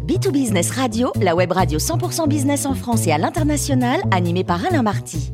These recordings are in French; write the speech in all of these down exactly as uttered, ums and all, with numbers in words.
B deux Business Radio, la web radio cent pour cent business en France et à l'international, animée par Alain Marty.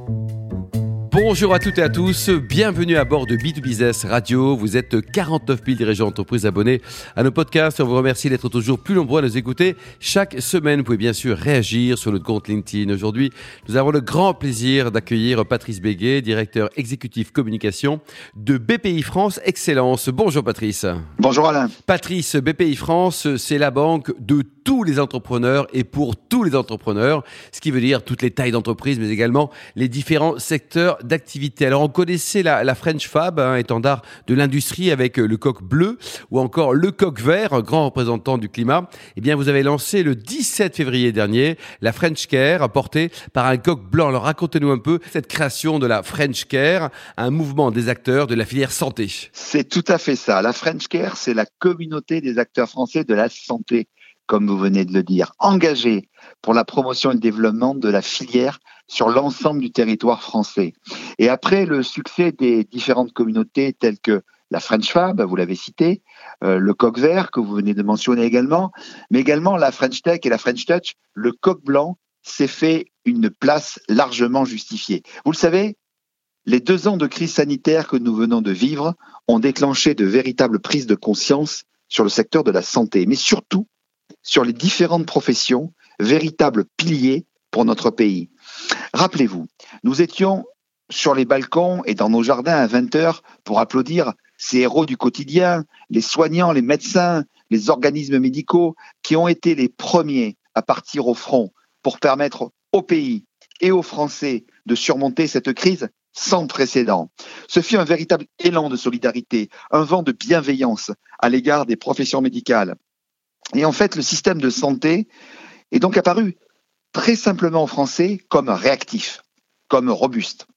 Bonjour à toutes et à tous, bienvenue à bord de B deux Business Radio. Vous êtes quarante-neuf mille dirigeants d'entreprises abonnés à nos podcasts. On vous remercie d'être toujours plus nombreux à nous écouter chaque semaine. Vous pouvez bien sûr réagir sur notre compte LinkedIn. Aujourd'hui, nous avons le grand plaisir d'accueillir Patrice Béguet, directeur exécutif communication de B P I France Excellence. Bonjour Patrice. Bonjour Alain. Patrice, B P I France, c'est la banque de tous les entrepreneurs et pour tous les entrepreneurs, ce qui veut dire toutes les tailles d'entreprise, mais également les différents secteurs d'activité. Alors on connaissait la, la French Fab, hein, étendard de l'industrie avec le coq bleu ou encore le coq vert, grand représentant du climat. Eh bien vous avez lancé le dix-sept février dernier la French Care, portée par un coq blanc. Alors racontez-nous un peu cette création de la French Care, un mouvement des acteurs de la filière santé. C'est tout à fait ça. La French Care, c'est la communauté des acteurs français de la santé, comme vous venez de le dire, engagés pour la promotion et le développement de la filière sur l'ensemble du territoire français. Et après le succès des différentes communautés telles que la French Fab, vous l'avez cité, euh, le coq vert que vous venez de mentionner également, mais également la French Tech et la French Touch, le coq blanc s'est fait une place largement justifiée. Vous le savez, les deux ans de crise sanitaire que nous venons de vivre ont déclenché de véritables prises de conscience sur le secteur de la santé, mais surtout sur les différentes professions, véritables piliers pour notre pays. Rappelez-vous, nous étions sur les balcons et dans nos jardins à vingt heures pour applaudir ces héros du quotidien, les soignants, les médecins, les organismes médicaux qui ont été les premiers à partir au front pour permettre au pays et aux Français de surmonter cette crise sans précédent. Ce fut un véritable élan de solidarité, un vent de bienveillance à l'égard des professions médicales. Et en fait, le système de santé est donc apparu très simplement aux Français comme réactif, comme robuste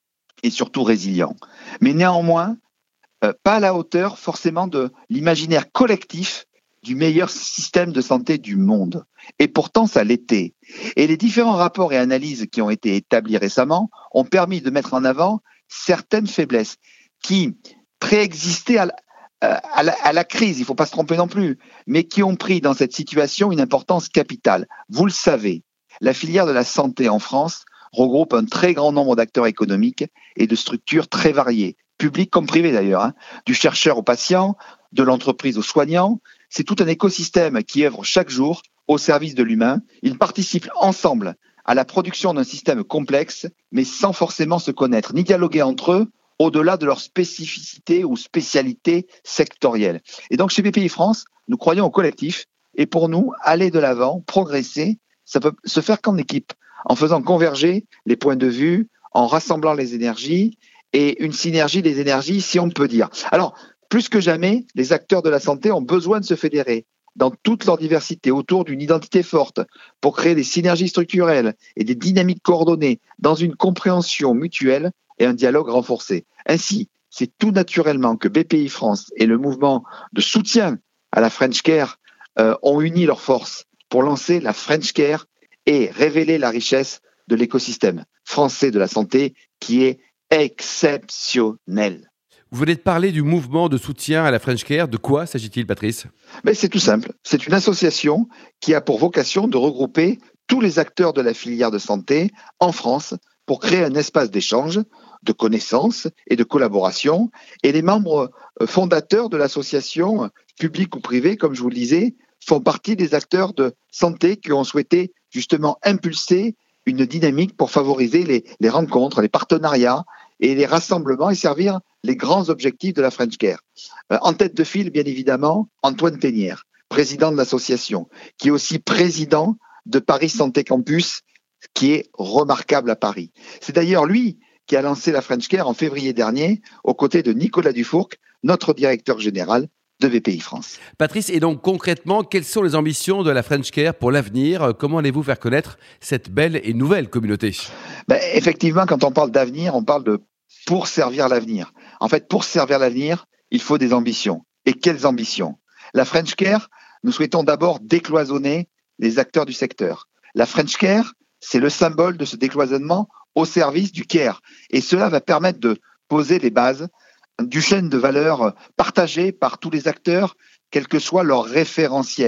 et surtout résilient. Mais néanmoins, euh, pas à la hauteur forcément de l'imaginaire collectif du meilleur système de santé du monde. Et pourtant, ça l'était. Et les différents rapports et analyses qui ont été établis récemment ont permis de mettre en avant certaines faiblesses qui préexistaient à la À la, à la crise, il ne faut pas se tromper non plus, mais qui ont pris dans cette situation une importance capitale. Vous le savez, la filière de la santé en France regroupe un très grand nombre d'acteurs économiques et de structures très variées, publiques comme privées d'ailleurs, hein, du chercheur au patient, de l'entreprise aux soignants. C'est tout un écosystème qui œuvre chaque jour au service de l'humain. Ils participent ensemble à la production d'un système complexe, mais sans forcément se connaître, ni dialoguer entre eux, au-delà de leur spécificité ou spécialité sectorielle. Et donc, chez B P I France, nous croyons au collectif. Et pour nous, aller de l'avant, progresser, ça peut se faire qu'en équipe, en faisant converger les points de vue, en rassemblant les énergies et une synergie des énergies, si on peut dire. Alors, plus que jamais, les acteurs de la santé ont besoin de se fédérer dans toute leur diversité autour d'une identité forte pour créer des synergies structurelles et des dynamiques coordonnées dans une compréhension mutuelle et un dialogue renforcé. Ainsi, c'est tout naturellement que B P I France et le mouvement de soutien à la French Care euh, ont uni leurs forces pour lancer la French Care et révéler la richesse de l'écosystème français de la santé qui est exceptionnel. Vous venez de parler du mouvement de soutien à la French Care. De quoi s'agit-il, Patrice ? Mais c'est tout simple. C'est une association qui a pour vocation de regrouper tous les acteurs de la filière de santé en France pour créer un espace d'échange, de connaissances et de collaboration. Et les membres fondateurs de l'association, publics ou privés, comme je vous le disais, font partie des acteurs de santé qui ont souhaité justement impulser une dynamique pour favoriser les, les rencontres, les partenariats et les rassemblements et servir les grands objectifs de la French Care. En tête de file, bien évidemment, Antoine Ténière, président de l'association, qui est aussi président de Paris Santé Campus, qui est remarquable à Paris. C'est d'ailleurs lui qui a lancé la French Care en février dernier, aux côtés de Nicolas Dufourcq, notre directeur général de B P I France. Patrice, et donc concrètement, quelles sont les ambitions de la French Care pour l'avenir ? Comment allez-vous faire connaître cette belle et nouvelle communauté ? Ben, effectivement, quand on parle d'avenir, on parle de pour servir l'avenir. En fait, pour servir l'avenir, il faut des ambitions. Et quelles ambitions ? La French Care, nous souhaitons d'abord décloisonner les acteurs du secteur. La French Care, c'est le symbole de ce décloisonnement au service du care. Et cela va permettre de poser les bases du chaîne de valeur partagée par tous les acteurs, quel que soit leur référentiel.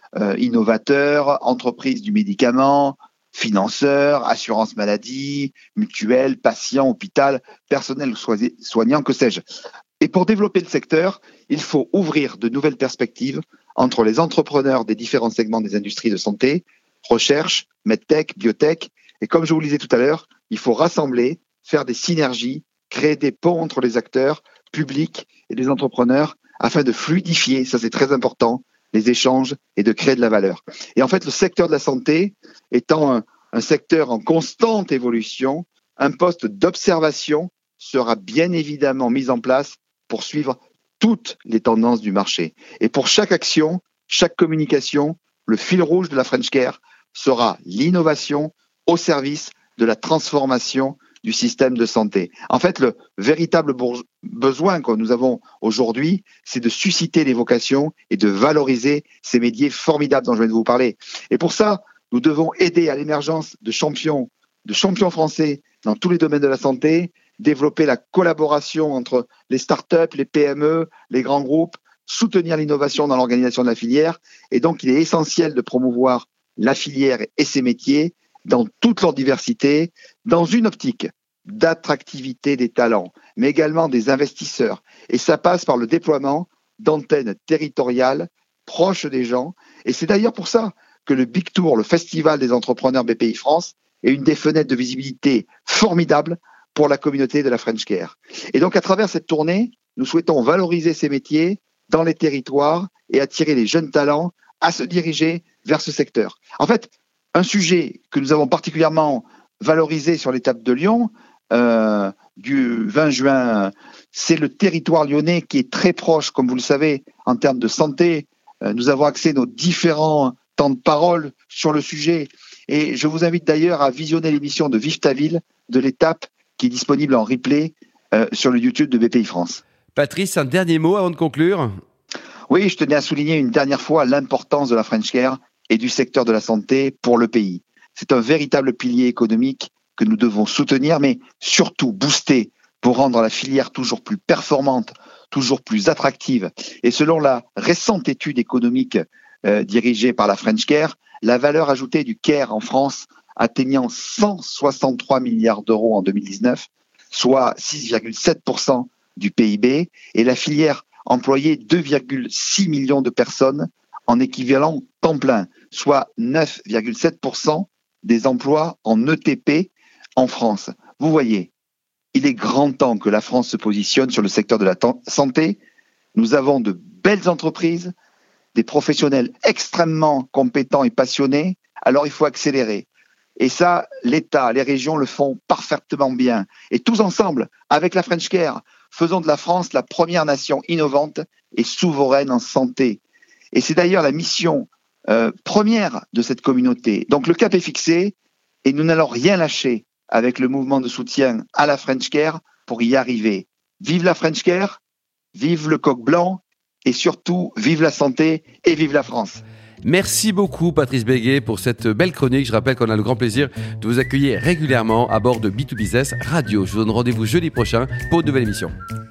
euh, innovateurs, entreprises du médicament, financeurs, assurance maladie, mutuelle, patients, hôpital, personnel soignant, que sais-je. Et pour développer le secteur, il faut ouvrir de nouvelles perspectives entre les entrepreneurs des différents segments des industries de santé, recherche, medtech, biotech. Et comme je vous le disais tout à l'heure, il faut rassembler, faire des synergies, créer des ponts entre les acteurs publics et les entrepreneurs afin de fluidifier, ça c'est très important, les échanges et de créer de la valeur. Et en fait, le secteur de la santé étant un, un secteur en constante évolution, un poste d'observation sera bien évidemment mis en place pour suivre toutes les tendances du marché. Et pour chaque action, chaque communication, le fil rouge de la French Care sera l'innovation au service de la transformation du système de santé. En fait, le véritable besoin que nous avons aujourd'hui, c'est de susciter les vocations et de valoriser ces métiers formidables dont je viens de vous parler. Et pour ça, nous devons aider à l'émergence de champions, de champions français dans tous les domaines de la santé, développer la collaboration entre les startups, les P M E, les grands groupes, soutenir l'innovation dans l'organisation de la filière. Et donc, il est essentiel de promouvoir la filière et ses métiers dans toute leur diversité, dans une optique d'attractivité des talents, mais également des investisseurs. Et ça passe par le déploiement d'antennes territoriales proches des gens. Et c'est d'ailleurs pour ça que le Big Tour, le festival des entrepreneurs B P I France, est une des fenêtres de visibilité formidables pour la communauté de la French Care. Et donc, à travers cette tournée, nous souhaitons valoriser ces métiers dans les territoires et attirer les jeunes talents à se diriger vers ce secteur. En fait, un sujet que nous avons particulièrement valorisé sur l'étape de Lyon, euh, du vingt juin, c'est le territoire lyonnais qui est très proche, comme vous le savez, en termes de santé. Euh, nous avons axé nos différents temps de parole sur le sujet. Et je vous invite d'ailleurs à visionner l'émission de Vive ta ville de l'étape qui est disponible en replay euh, sur le YouTube de B P I France. Patrice, un dernier mot avant de conclure. Oui, je tenais à souligner une dernière fois l'importance de la French Care et du secteur de la santé pour le pays. C'est un véritable pilier économique que nous devons soutenir, mais surtout booster pour rendre la filière toujours plus performante, toujours plus attractive. Et selon la récente étude économique euh, dirigée par la French Care, la valeur ajoutée du care en France atteignant cent soixante-trois milliards d'euros en deux mille dix-neuf, soit six virgule sept pour cent du P I B, et la filière employait deux virgule six millions de personnes en équivalent temps plein, soit neuf virgule sept pour cent des emplois en E T P en France. Vous voyez, il est grand temps que la France se positionne sur le secteur de la santé. Nous avons de belles entreprises, des professionnels extrêmement compétents et passionnés, alors il faut accélérer. Et ça, l'État, les régions le font parfaitement bien. Et tous ensemble, avec la French Care, faisons de la France la première nation innovante et souveraine en santé. Et c'est d'ailleurs la mission euh, première de cette communauté. Donc le cap est fixé et nous n'allons rien lâcher avec le mouvement de soutien à la French Care pour y arriver. Vive la French Care, vive le coq blanc et surtout, vive la santé et vive la France. Merci beaucoup Patrice Béguet pour cette belle chronique. Je rappelle qu'on a le grand plaisir de vous accueillir régulièrement à bord de B deux Business Radio. Je vous donne rendez-vous jeudi prochain pour une nouvelle émission.